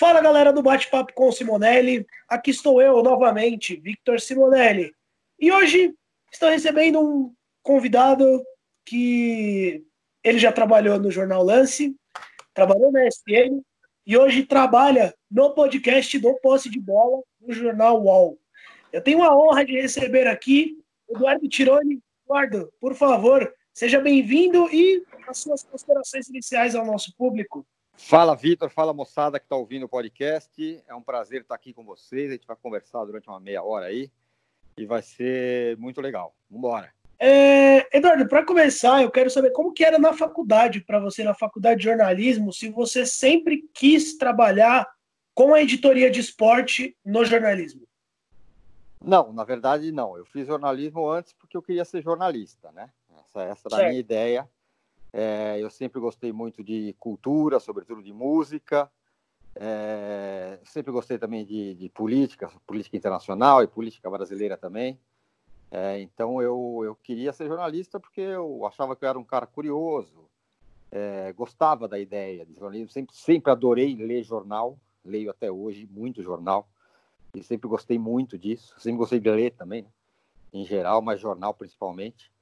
Fala, galera do Bate-Papo com o Simonelli. Aqui estou eu novamente, Victor Simonelli. E hoje estou recebendo um convidado que ele já trabalhou no Jornal Lance, trabalhou na ESPN e hoje trabalha no podcast do Posse de Bola no Jornal UOL. Eu tenho a honra de receber aqui Eduardo Tironi. Eduardo, por favor, seja bem-vindo e as suas considerações iniciais ao nosso público. Fala, Vitor. Fala, moçada que está ouvindo o podcast. É um prazer estar aqui com vocês. A gente vai conversar durante uma meia hora aí e vai ser muito legal. Vamos embora. Eduardo, para começar, eu quero saber como que era na faculdade, para você, na faculdade de jornalismo, se você sempre quis trabalhar com a editoria de esporte no jornalismo. Não, na verdade, não. Eu fiz jornalismo antes porque eu queria ser jornalista, né? Essa era a minha ideia. Eu sempre gostei muito de cultura, sobretudo de música. Sempre gostei também de política internacional e política brasileira também. Então eu queria ser jornalista porque eu achava que eu era um cara curioso, gostava da ideia de jornalismo, sempre adorei ler jornal, leio até hoje muito jornal, e sempre gostei muito disso, sempre gostei de ler também, né? Em geral, mas jornal principalmente.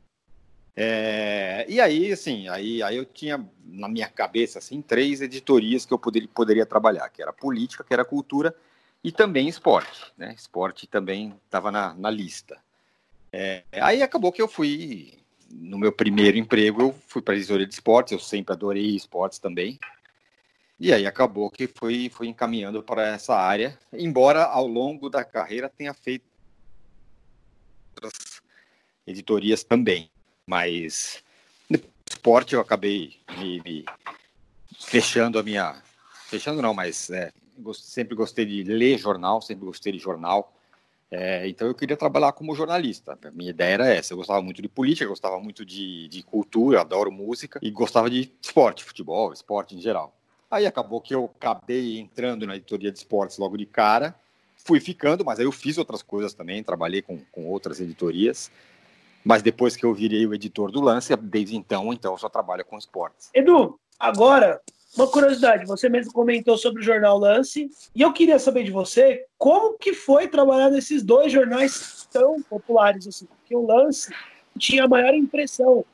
E aí, assim, aí eu tinha na minha cabeça assim, 3 editorias que eu poderia trabalhar, que era política, que era cultura e também esporte, né? Esporte também estava na lista. Aí acabou que eu fui, no meu primeiro emprego, eu fui para a editoria de esportes, eu sempre adorei esportes também, e aí acabou que fui encaminhando para essa área, embora ao longo da carreira tenha feito outras editorias também. Mas no esporte eu acabei me fechando a minha... Fechando não, mas sempre gostei de ler jornal, sempre gostei de jornal. Então eu queria trabalhar como jornalista. A minha ideia era essa. Eu gostava muito de política, gostava muito de cultura, adoro música e gostava de esporte, futebol, esporte em geral. Aí acabou que eu acabei entrando na editoria de esportes logo de cara. Fui ficando, mas aí eu fiz outras coisas também, trabalhei com outras editorias. Mas depois que eu virei o editor do Lance, desde então eu só trabalho com esportes. Edu, agora, uma curiosidade. Você mesmo comentou sobre o Jornal Lance, e eu queria saber de você como que foi trabalhar nesses 2 jornais tão populares assim, porque o Lance tinha a maior impressão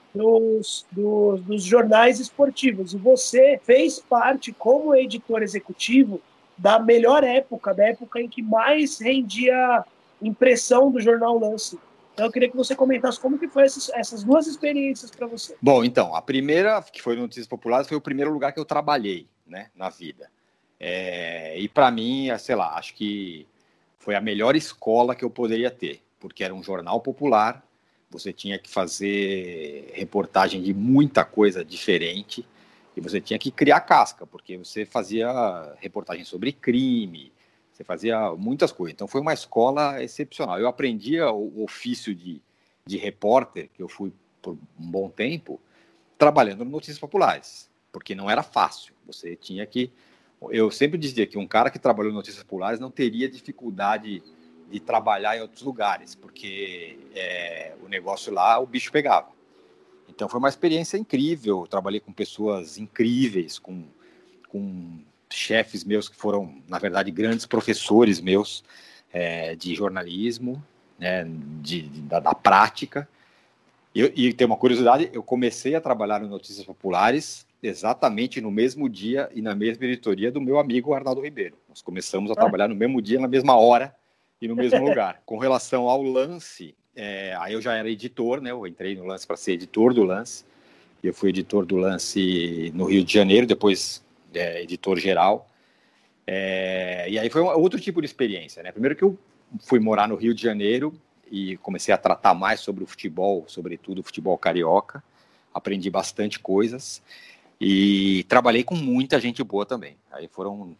dos jornais esportivos, e você fez parte, como editor executivo, da melhor época, da época em que mais rendia impressão do Jornal Lance. Então eu queria que você comentasse como que foi essas 2 experiências para você. Bom, então, a primeira, que foi no Notícias Populares, foi o primeiro lugar que eu trabalhei, né, na vida. E para mim, sei lá, acho que foi a melhor escola que eu poderia ter, porque era um jornal popular, você tinha que fazer reportagem de muita coisa diferente, e você tinha que criar casca, porque você fazia reportagem sobre crime, você fazia muitas coisas. Então foi uma escola excepcional. Eu aprendia o ofício de repórter, que eu fui por um bom tempo, trabalhando no Notícias Populares, porque não era fácil. Você tinha que... Eu sempre dizia que um cara que trabalhou em Notícias Populares não teria dificuldade de trabalhar em outros lugares, porque o negócio lá, o bicho pegava. Então foi uma experiência incrível. Eu trabalhei com pessoas incríveis, com chefes meus que foram, na verdade, grandes professores meus de jornalismo, né, da prática. E tem uma curiosidade, eu comecei a trabalhar no Notícias Populares exatamente no mesmo dia e na mesma editoria do meu amigo Arnaldo Ribeiro. Nós começamos a trabalhar no mesmo dia, na mesma hora e no mesmo lugar. Com relação ao Lance, aí eu já era editor, né? Eu entrei no Lance para ser editor do Lance. Eu fui editor do Lance no Rio de Janeiro, depois editor geral. E aí foi outro tipo de experiência, né? Primeiro que eu fui morar no Rio de Janeiro e comecei a tratar mais sobre o futebol, sobretudo o futebol carioca. Aprendi bastante coisas e trabalhei com muita gente boa também. Aí foram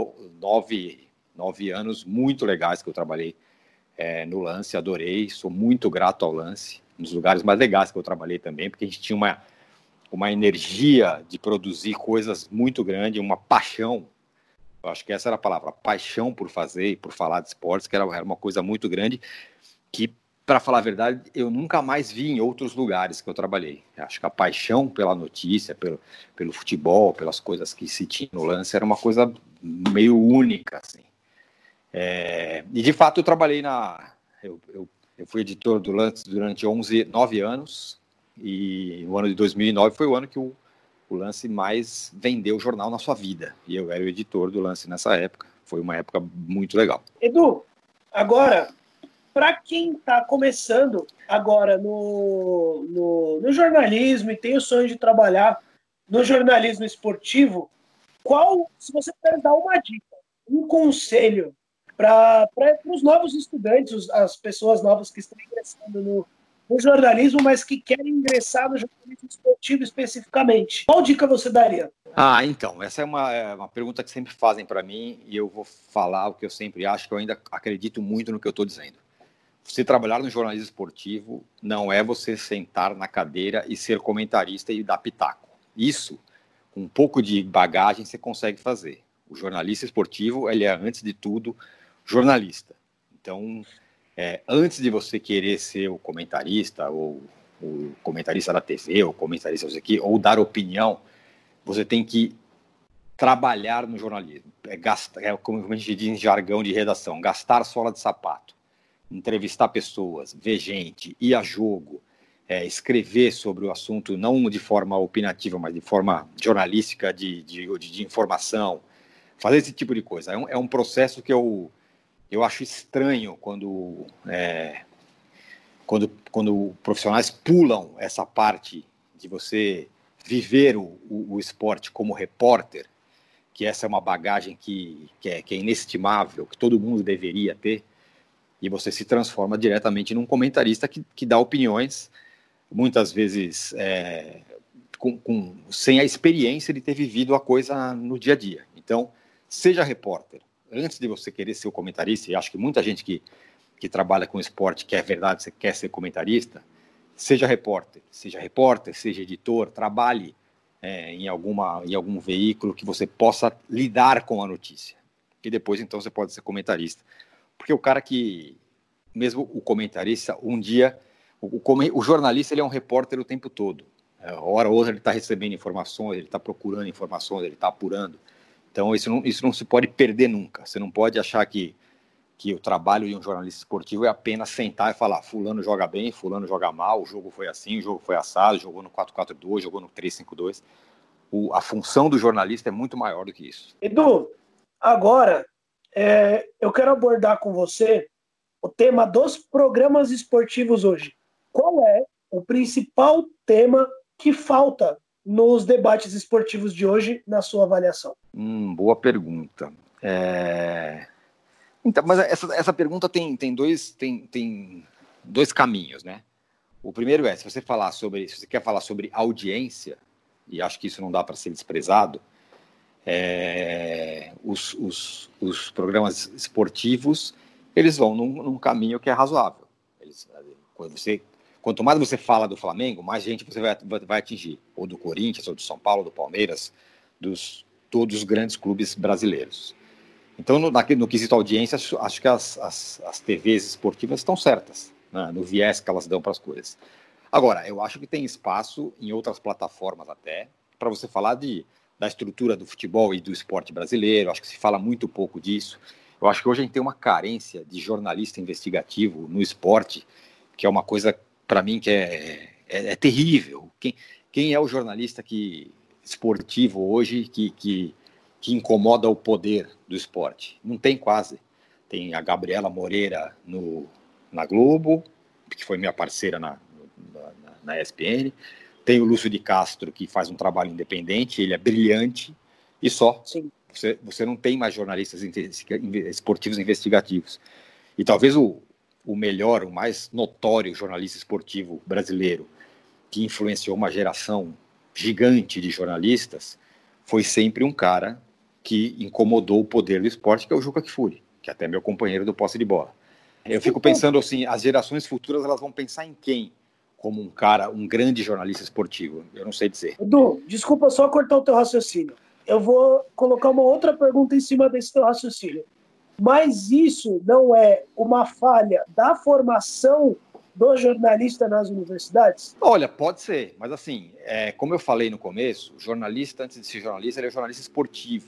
9 anos muito legais que eu trabalhei no Lance, adorei, sou muito grato ao Lance, um dos lugares mais legais que eu trabalhei também, porque a gente tinha uma energia de produzir coisas muito grande, uma paixão. Eu acho que essa era a palavra, paixão por fazer e por falar de esportes, que era uma coisa muito grande, que, para falar a verdade, eu nunca mais vi em outros lugares que eu trabalhei. Eu acho que a paixão pela notícia, pelo futebol, pelas coisas que se tinha no Lance, era uma coisa meio única, assim. E, de fato, eu trabalhei eu fui editor do Lance durante 9 anos, e o ano de 2009 foi o ano que o Lance mais vendeu o jornal na sua vida. E eu era o editor do Lance nessa época. Foi uma época muito legal. Edu, agora, para quem está começando agora no jornalismo e tem o sonho de trabalhar no jornalismo esportivo, se você puder dar uma dica, um conselho para os novos estudantes, as pessoas novas que estão ingressando no jornalismo, mas que querem ingressar no jornalismo esportivo especificamente, qual dica você daria? Então, essa é uma pergunta que sempre fazem para mim, e eu vou falar o que eu sempre acho, que eu ainda acredito muito no que eu estou dizendo. Você trabalhar no jornalismo esportivo não é você sentar na cadeira e ser comentarista e dar pitaco. Isso, com um pouco de bagagem, você consegue fazer. O jornalista esportivo, ele é, antes de tudo, jornalista. Então, antes de você querer ser o comentarista, ou o comentarista da TV, ou comentarista aqui, ou dar opinião, você tem que trabalhar no jornalismo. Como a gente diz em jargão de redação, gastar sola de sapato. Entrevistar pessoas, ver gente, ir a jogo, escrever sobre o assunto, não de forma opinativa, mas de forma jornalística, de informação, fazer esse tipo de coisa. É um processo que eu acho estranho quando profissionais pulam essa parte de você viver o esporte como repórter, que essa é uma bagagem que é inestimável, que todo mundo deveria ter, e você se transforma diretamente num comentarista que dá opiniões, muitas vezes sem a experiência de ter vivido a coisa no dia a dia. Então, seja repórter. Antes de você querer ser o comentarista, e acho que muita gente que trabalha com esporte, que é verdade, você quer ser comentarista, seja repórter, seja editor, trabalhe em algum veículo que você possa lidar com a notícia. E depois, então, você pode ser comentarista. Porque o cara mesmo o comentarista, um dia, o jornalista, ele é um repórter o tempo todo. Hora ou outra ele está recebendo informações, ele está procurando informações, ele está apurando. Então, isso não se pode perder nunca. Você não pode achar que o trabalho de um jornalista esportivo é apenas sentar e falar: fulano joga bem, fulano joga mal, o jogo foi assim, o jogo foi assado, jogou no 4-4-2, jogou no 3-5-2. A função do jornalista é muito maior do que isso. Edu, agora eu quero abordar com você o tema dos programas esportivos hoje. Qual é o principal tema que falta nos debates esportivos de hoje, na sua avaliação? Boa pergunta. Então, mas essa pergunta tem dois caminhos, né? O primeiro se você quer falar sobre audiência, e acho que isso não dá para ser desprezado, os programas esportivos, eles vão num caminho que é razoável. Quanto mais você fala do Flamengo, mais gente você vai atingir, ou do Corinthians, ou do São Paulo, do Palmeiras, todos os grandes clubes brasileiros. Então, no quesito audiência, acho que as TVs esportivas estão certas, né, no viés que elas dão para as coisas. Agora, eu acho que tem espaço em outras plataformas até para você falar da estrutura do futebol e do esporte brasileiro. Acho que se fala muito pouco disso. Eu acho que hoje a gente tem uma carência de jornalista investigativo no esporte, que é uma coisa, para mim, que é terrível. Quem é o jornalista esportivo hoje que incomoda o poder do esporte? Não tem quase. Tem a Gabriela Moreira na Globo, que foi minha parceira na ESPN. Tem o Lúcio de Castro, que faz um trabalho independente, ele é brilhante, e só. Sim. Você não tem mais jornalistas esportivos investigativos. E talvez o melhor, o mais notório jornalista esportivo brasileiro, que influenciou uma geração gigante de jornalistas, foi sempre um cara que incomodou o poder do esporte, que é o Juca Kfouri, que é até meu companheiro do posse de bola. Eu fico pensando assim, as gerações futuras, elas vão pensar em quem como um grande jornalista esportivo? Eu não sei dizer. Edu, desculpa só cortar o teu raciocínio. Eu vou colocar uma outra pergunta em cima desse teu raciocínio. Mas isso não é uma falha da formação do jornalista nas universidades? Olha, pode ser, mas assim, como eu falei no começo, o jornalista, antes de ser jornalista, ele é jornalista esportivo.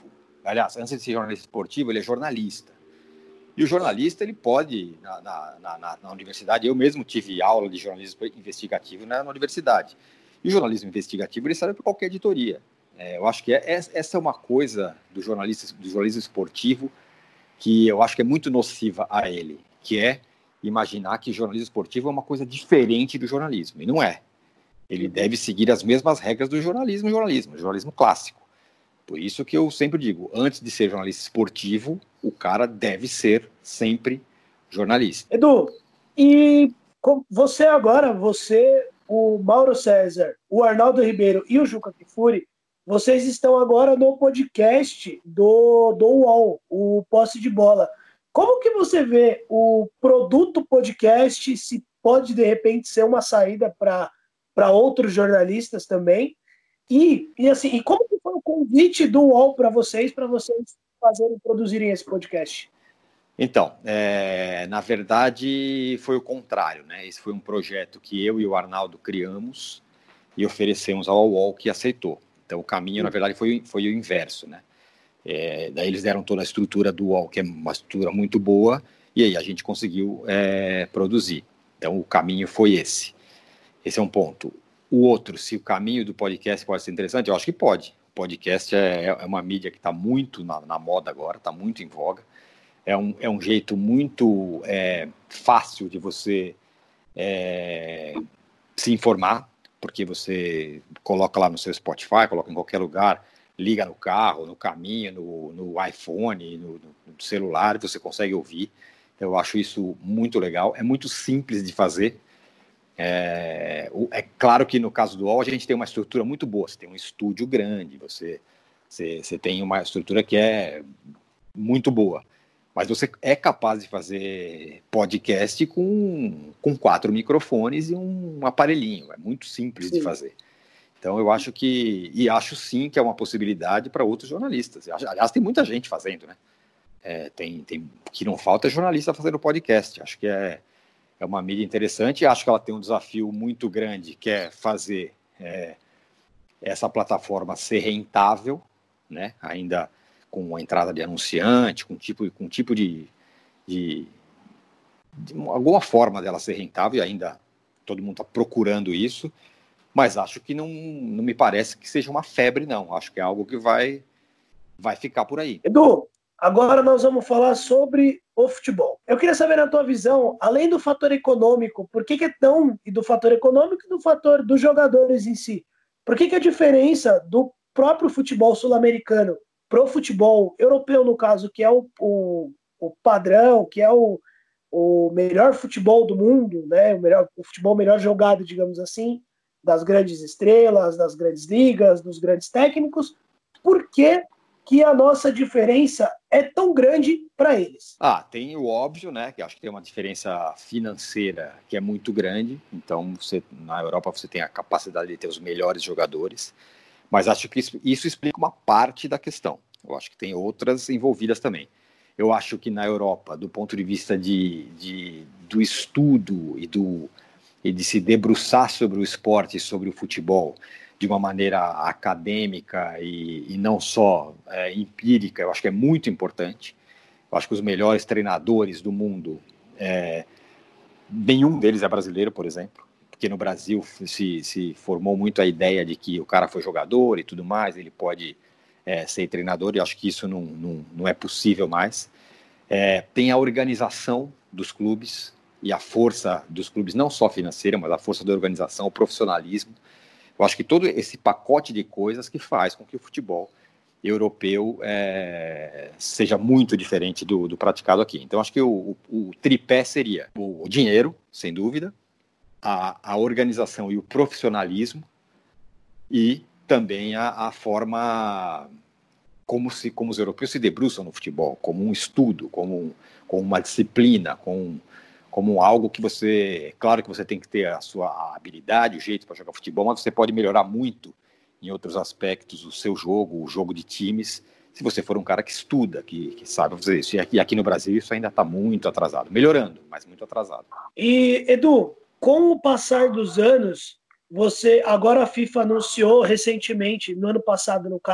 aliás, antes de ser jornalista esportivo, ele é jornalista. E o jornalista, ele pode, na universidade, eu mesmo tive aula de jornalismo investigativo na universidade. E o jornalismo investigativo, ele serve para qualquer editoria. Eu acho que essa é uma coisa do jornalismo esportivo que eu acho que é muito nociva a ele, que é imaginar que jornalismo esportivo é uma coisa diferente do jornalismo. E não é. Ele deve seguir as mesmas regras do jornalismo clássico. Por isso que eu sempre digo, antes de ser jornalista esportivo, o cara deve ser sempre jornalista. Edu, e você agora, o Mauro César, o Arnaldo Ribeiro e o Juca Kfouri, vocês estão agora no podcast do UOL, o Posse de Bola. Como que você vê o produto podcast, se pode, de repente, ser uma saída para outros jornalistas também? E como que foi o convite do UOL para vocês produzirem esse podcast? Então, na verdade, foi o contrário, né? Esse foi um projeto que eu e o Arnaldo criamos e oferecemos ao UOL, que aceitou. Então, o caminho, na verdade, foi o inverso, né? Daí eles deram toda a estrutura do UOL, que é uma estrutura muito boa, e aí a gente conseguiu produzir. Então, o caminho foi esse. Esse é um ponto. O outro, se o caminho do podcast pode ser interessante, eu acho que pode. O podcast é uma mídia que está muito na moda agora, está muito em voga. É um jeito muito fácil de você se informar, porque você coloca lá no seu Spotify, coloca em qualquer lugar, liga no carro, no caminho, no iPhone, no celular, você consegue ouvir. Eu acho isso muito legal. É muito simples de fazer. É claro que no caso do UOL a gente tem uma estrutura muito boa. Você tem um estúdio grande, você tem uma estrutura que é muito boa. Mas você é capaz de fazer podcast com 4 microfones e um aparelhinho. É muito simples de fazer. Então eu acho acho sim que é uma possibilidade para outros jornalistas. Aliás, tem muita gente fazendo, né? O que não falta é jornalista fazendo podcast. Acho que é uma mídia interessante. Acho que ela tem um desafio muito grande, que é fazer essa plataforma ser rentável, né? Ainda com a entrada de anunciante, com tipo de alguma forma dela ser rentável, e ainda todo mundo está procurando isso, mas acho que não me parece que seja uma febre, não. Acho que é algo que vai ficar por aí. Edu, agora nós vamos falar sobre o futebol. Eu queria saber, na tua visão, além do fator econômico, por que é tão... E do fator econômico e do fator dos jogadores em si. Por que a diferença do próprio futebol sul-americano para o futebol europeu, no caso, que é o padrão, que é o melhor futebol do mundo, né? O futebol melhor jogado, digamos assim, das grandes estrelas, das grandes ligas, dos grandes técnicos, por que a nossa diferença é tão grande para eles? Tem o óbvio, né? Que acho que tem uma diferença financeira que é muito grande. Então, na Europa você tem a capacidade de ter os melhores jogadores, mas acho que isso explica uma parte da questão. Eu acho que tem outras envolvidas também. Eu acho que na Europa, do ponto de vista do estudo e de se debruçar sobre o esporte e sobre o futebol de uma maneira acadêmica e não só empírica, eu acho que é muito importante. Eu acho que os melhores treinadores do mundo, nenhum deles é brasileiro, por exemplo, porque no Brasil se formou muito a ideia de que o cara foi jogador e tudo mais, ele pode ser treinador, e acho que isso não é possível mais. Tem a organização dos clubes e a força dos clubes, não só financeira, mas a força da organização, o profissionalismo. Eu acho que todo esse pacote de coisas que faz com que o futebol europeu seja muito diferente do praticado aqui. Então, acho que o tripé seria o dinheiro, sem dúvida, a organização e o profissionalismo, e também a forma como os europeus se debruçam no futebol, como um estudo, como uma disciplina, como algo que claro que você tem que ter a sua habilidade, o jeito para jogar futebol, mas você pode melhorar muito em outros aspectos o seu jogo, o jogo de times, se você for um cara que estuda, que sabe fazer isso. E aqui no Brasil isso ainda está muito atrasado, melhorando, mas muito atrasado. E, Edu, com o passar dos anos, agora a FIFA anunciou recentemente, no ano passado no caso,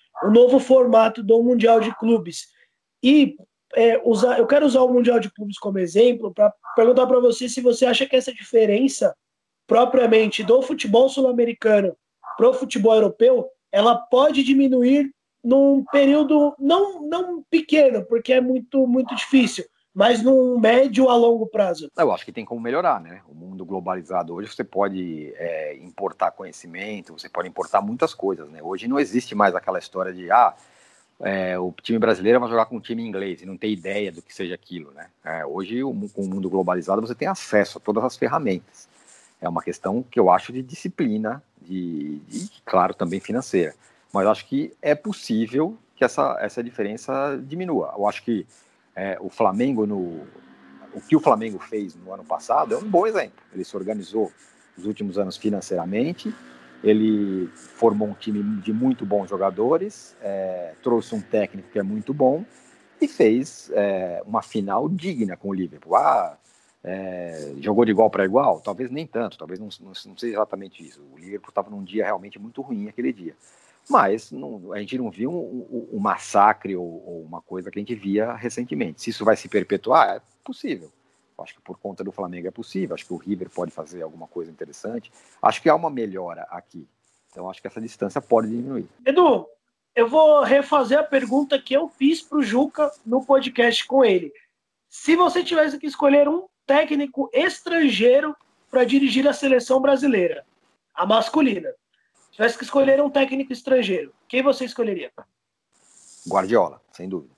o novo formato do Mundial de Clubes. E eu quero usar o Mundial de Clubes como exemplo para perguntar para você se você acha que essa diferença propriamente do futebol sul-americano para o futebol europeu, ela pode diminuir num período não pequeno, porque é muito, muito difícil, mas num médio a longo prazo. Eu acho que tem como melhorar, né? O mundo globalizado hoje, você pode importar conhecimento, você pode importar muitas coisas, né? Hoje não existe mais aquela história de o time brasileiro vai jogar com um time inglês e não tem ideia do que seja aquilo, né? Hoje, com o mundo globalizado, você tem acesso a todas as ferramentas. É uma questão que eu acho de disciplina e claro, também financeira. Mas eu acho que é possível que essa diferença diminua. Eu acho que o Flamengo, o que o Flamengo fez no ano passado é um bom exemplo. Ele se organizou nos últimos anos financeiramente, ele formou um time de muito bons jogadores, trouxe um técnico que é muito bom e fez uma final digna com o Liverpool. Jogou de igual para igual? Talvez nem tanto, talvez não seja exatamente isso. O Liverpool estava num dia realmente muito ruim aquele dia. Mas a gente não viu um massacre ou uma coisa que a gente via recentemente. Se isso vai se perpetuar, é possível. Acho que por conta do Flamengo é possível. Acho que o River pode fazer alguma coisa interessante. Acho que há uma melhora aqui. Então acho que essa distância pode diminuir. Edu, eu vou refazer a pergunta que eu fiz para o Juca no podcast com ele. Se você tivesse que escolher um técnico estrangeiro para dirigir a seleção brasileira, a masculina, tivesse que escolher um técnico estrangeiro, quem você escolheria? Guardiola, sem dúvida.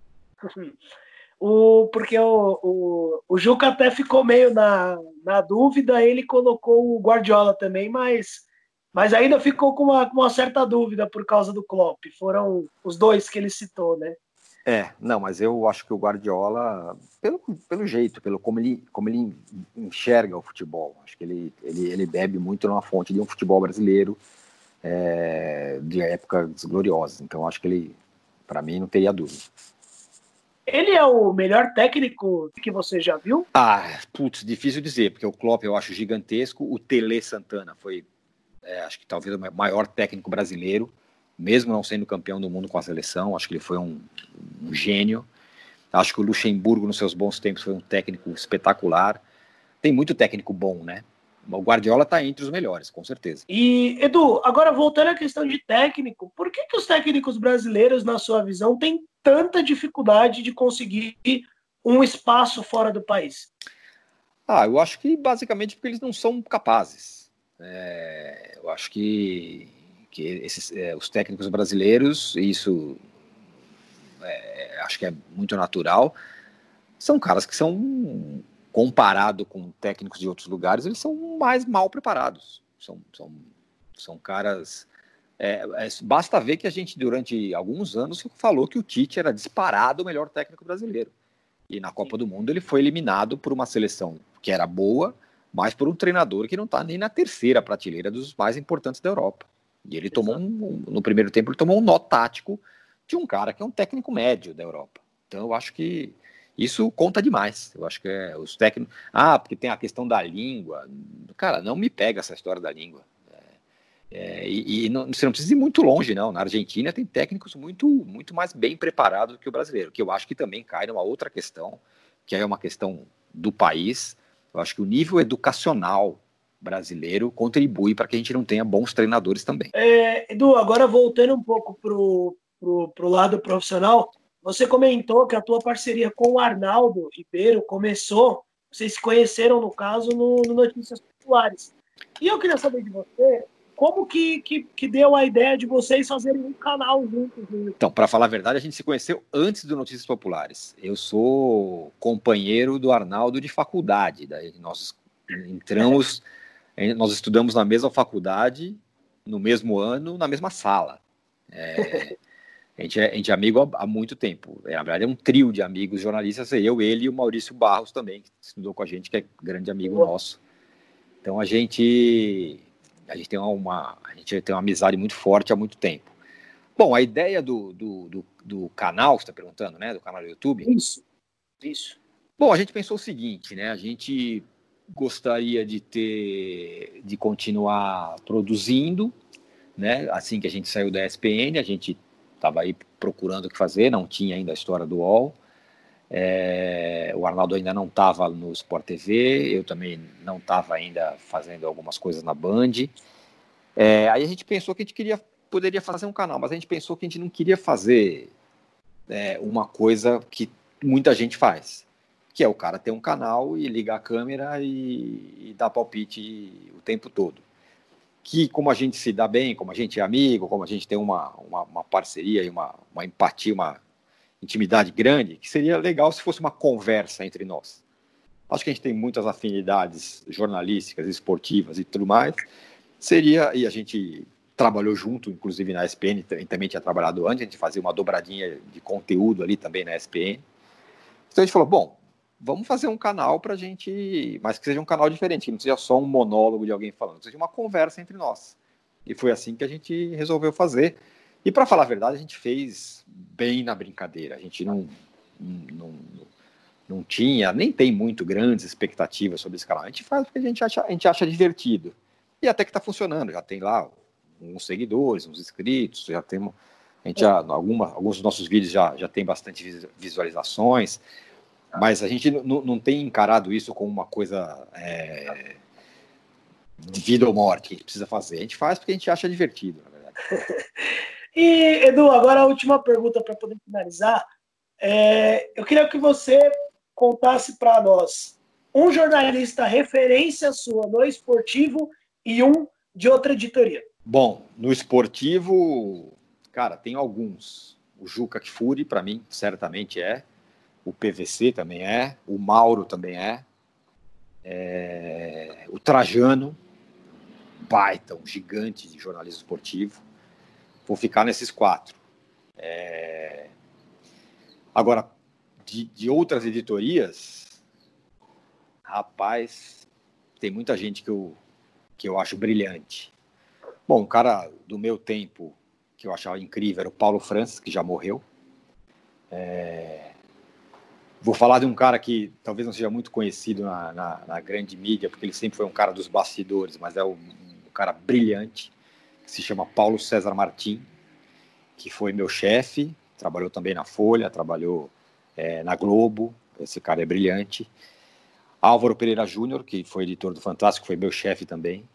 Porque o Juca até ficou meio na dúvida, ele colocou o Guardiola também, mas ainda ficou com uma certa dúvida por causa do Klopp. Foram os dois que ele citou, né? Não, mas eu acho que o Guardiola, pelo jeito, como ele enxerga o futebol, acho que ele bebe muito numa fonte de um futebol brasileiro de épocas gloriosas. Então acho que ele, para mim, não teria dúvida. Ele é o melhor técnico que você já viu? Difícil dizer, porque o Klopp eu acho gigantesco, o Tele Santana foi, acho que talvez o maior técnico brasileiro, mesmo não sendo campeão do mundo com a seleção, acho que ele foi um gênio. Acho que o Luxemburgo, nos seus bons tempos, foi um técnico espetacular. Tem muito técnico bom, né? O Guardiola está entre os melhores, com certeza. E, Edu, agora voltando à questão de técnico, por que os técnicos brasileiros, na sua visão, têm tanta dificuldade de conseguir um espaço fora do país? Eu acho que basicamente porque eles não são capazes. Eu acho que os técnicos brasileiros, isso acho que é muito natural, são caras que são, comparado com técnicos de outros lugares, eles são mais mal preparados. São caras... basta ver que a gente, durante alguns anos, falou que o Tite era disparado o melhor técnico brasileiro. E na Copa do Mundo ele foi eliminado por uma seleção que era boa, mas por um treinador que não está nem na terceira prateleira dos mais importantes da Europa. E ele tomou no primeiro tempo, ele tomou um nó tático de um cara que é um técnico médio da Europa. Então eu acho que isso conta demais. Eu acho que os técnicos... porque tem a questão da língua. Cara, não me pega essa história da língua. Você não precisa ir muito longe, não. Na Argentina tem técnicos muito, muito mais bem preparados do que o brasileiro, que eu acho que também cai numa outra questão, que é uma questão do país. Eu acho que o nível educacional brasileiro contribui para que a gente não tenha bons treinadores também. Edu, agora voltando um pouco pro lado profissional, você comentou que a tua parceria com o Arnaldo Ribeiro começou, vocês se conheceram, no caso, no Notícias Populares. E eu queria saber de você, como que deu a ideia de vocês fazerem um canal juntos? Então, para falar a verdade, a gente se conheceu antes do Notícias Populares. Eu sou companheiro do Arnaldo de faculdade. Daí nós entramos, nós estudamos na mesma faculdade, no mesmo ano, na mesma sala. A gente é amigo há muito tempo. Na verdade, é um trio de amigos jornalistas, eu, ele e o Maurício Barros também, que estudou com a gente, que é grande amigo nosso. Então, a gente tem uma amizade muito forte há muito tempo. Bom, a ideia do canal, você está perguntando, né? Do canal do YouTube? Isso. Bom, a gente pensou o seguinte, né? A gente gostaria de continuar produzindo, né? Assim que a gente saiu da ESPN, a gente estava aí procurando o que fazer, não tinha ainda a história do UOL. O Arnaldo ainda não estava no Sport TV, eu também não estava ainda fazendo algumas coisas na Band. Aí a gente pensou que a gente poderia fazer um canal, mas a gente pensou que a gente não queria fazer uma coisa que muita gente faz, que é o cara ter um canal e ligar a câmera e dar palpite o tempo todo. Que como a gente se dá bem, como a gente é amigo, como a gente tem uma parceria e uma empatia, uma intimidade grande, que seria legal se fosse uma conversa entre nós. Acho que a gente tem muitas afinidades jornalísticas, esportivas e tudo mais. E a gente trabalhou junto, inclusive na ESPN, também tinha trabalhado antes, a gente fazia uma dobradinha de conteúdo ali também na ESPN. Então a gente falou, bom, vamos fazer um canal pra gente, mas que seja um canal diferente, que não seja só um monólogo de alguém falando, que seja uma conversa entre nós. E foi assim que a gente resolveu fazer. E para falar a verdade, a gente fez bem na brincadeira. A gente não tinha, nem tem muito grandes expectativas sobre esse canal. A gente faz porque a gente acha divertido. E até que está funcionando, já tem lá uns seguidores, uns inscritos, já temos, alguns dos nossos vídeos já tem bastante visualizações, mas a gente não tem encarado isso como uma coisa de vida ou morte que a gente precisa fazer. A gente faz porque a gente acha divertido, na verdade. E, Edu, agora a última pergunta para poder finalizar. Eu queria que você contasse para nós um jornalista referência sua no esportivo e um de outra editoria. Bom, no esportivo, cara, tem alguns. O Juca Kfouri, para mim, certamente é. O PVC também é. O Mauro também é. O Trajano, baita, um gigante de jornalismo esportivo. Vou ficar nesses 4. Agora, de outras editorias, rapaz, tem muita gente que eu acho brilhante. Bom, um cara do meu tempo que eu achava incrível era o Paulo Francis, que já morreu. Vou falar de um cara que talvez não seja muito conhecido na grande mídia, porque ele sempre foi um cara dos bastidores, mas é um cara brilhante, que se chama Paulo César Martim, que foi meu chefe, trabalhou também na Folha, trabalhou na Globo. Esse cara é brilhante. Álvaro Pereira Júnior, que foi editor do Fantástico, foi meu chefe também.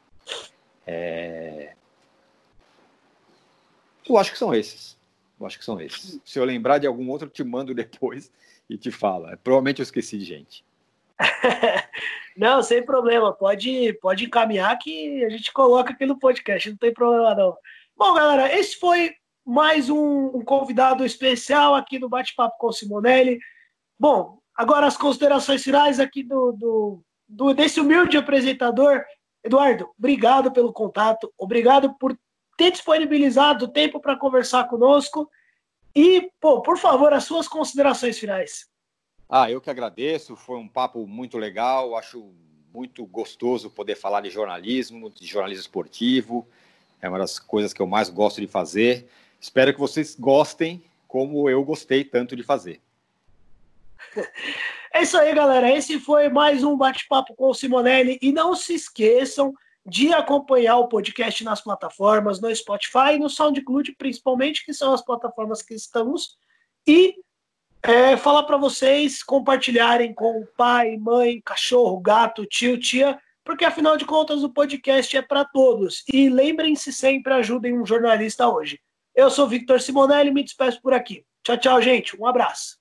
Eu acho que são esses. Se eu lembrar de algum outro, eu te mando depois e te falo. Provavelmente eu esqueci de gente. Não, sem problema. Pode encaminhar que a gente coloca aqui no podcast. Não tem problema, não. Bom, galera, esse foi mais um convidado especial aqui no Bate-Papo com o Simonelli. Bom, agora as considerações finais aqui desse humilde apresentador. Eduardo, obrigado pelo contato. Obrigado por ter disponibilizado o tempo para conversar conosco. E, por favor, as suas considerações finais. Eu que agradeço. Foi um papo muito legal. Acho muito gostoso poder falar de jornalismo esportivo. É uma das coisas que eu mais gosto de fazer. Espero que vocês gostem como eu gostei tanto de fazer. É isso aí, galera. Esse foi mais um Bate-Papo com o Simonelli. E não se esqueçam de acompanhar o podcast nas plataformas, no Spotify e no SoundCloud, principalmente, que são as plataformas que estamos. E falar para vocês compartilharem com o pai, mãe, cachorro, gato, tio, tia, porque afinal de contas o podcast é para todos. E lembrem-se sempre, ajudem um jornalista hoje. Eu sou Victor Simonelli, me despeço por aqui. Tchau, tchau, gente. Um abraço.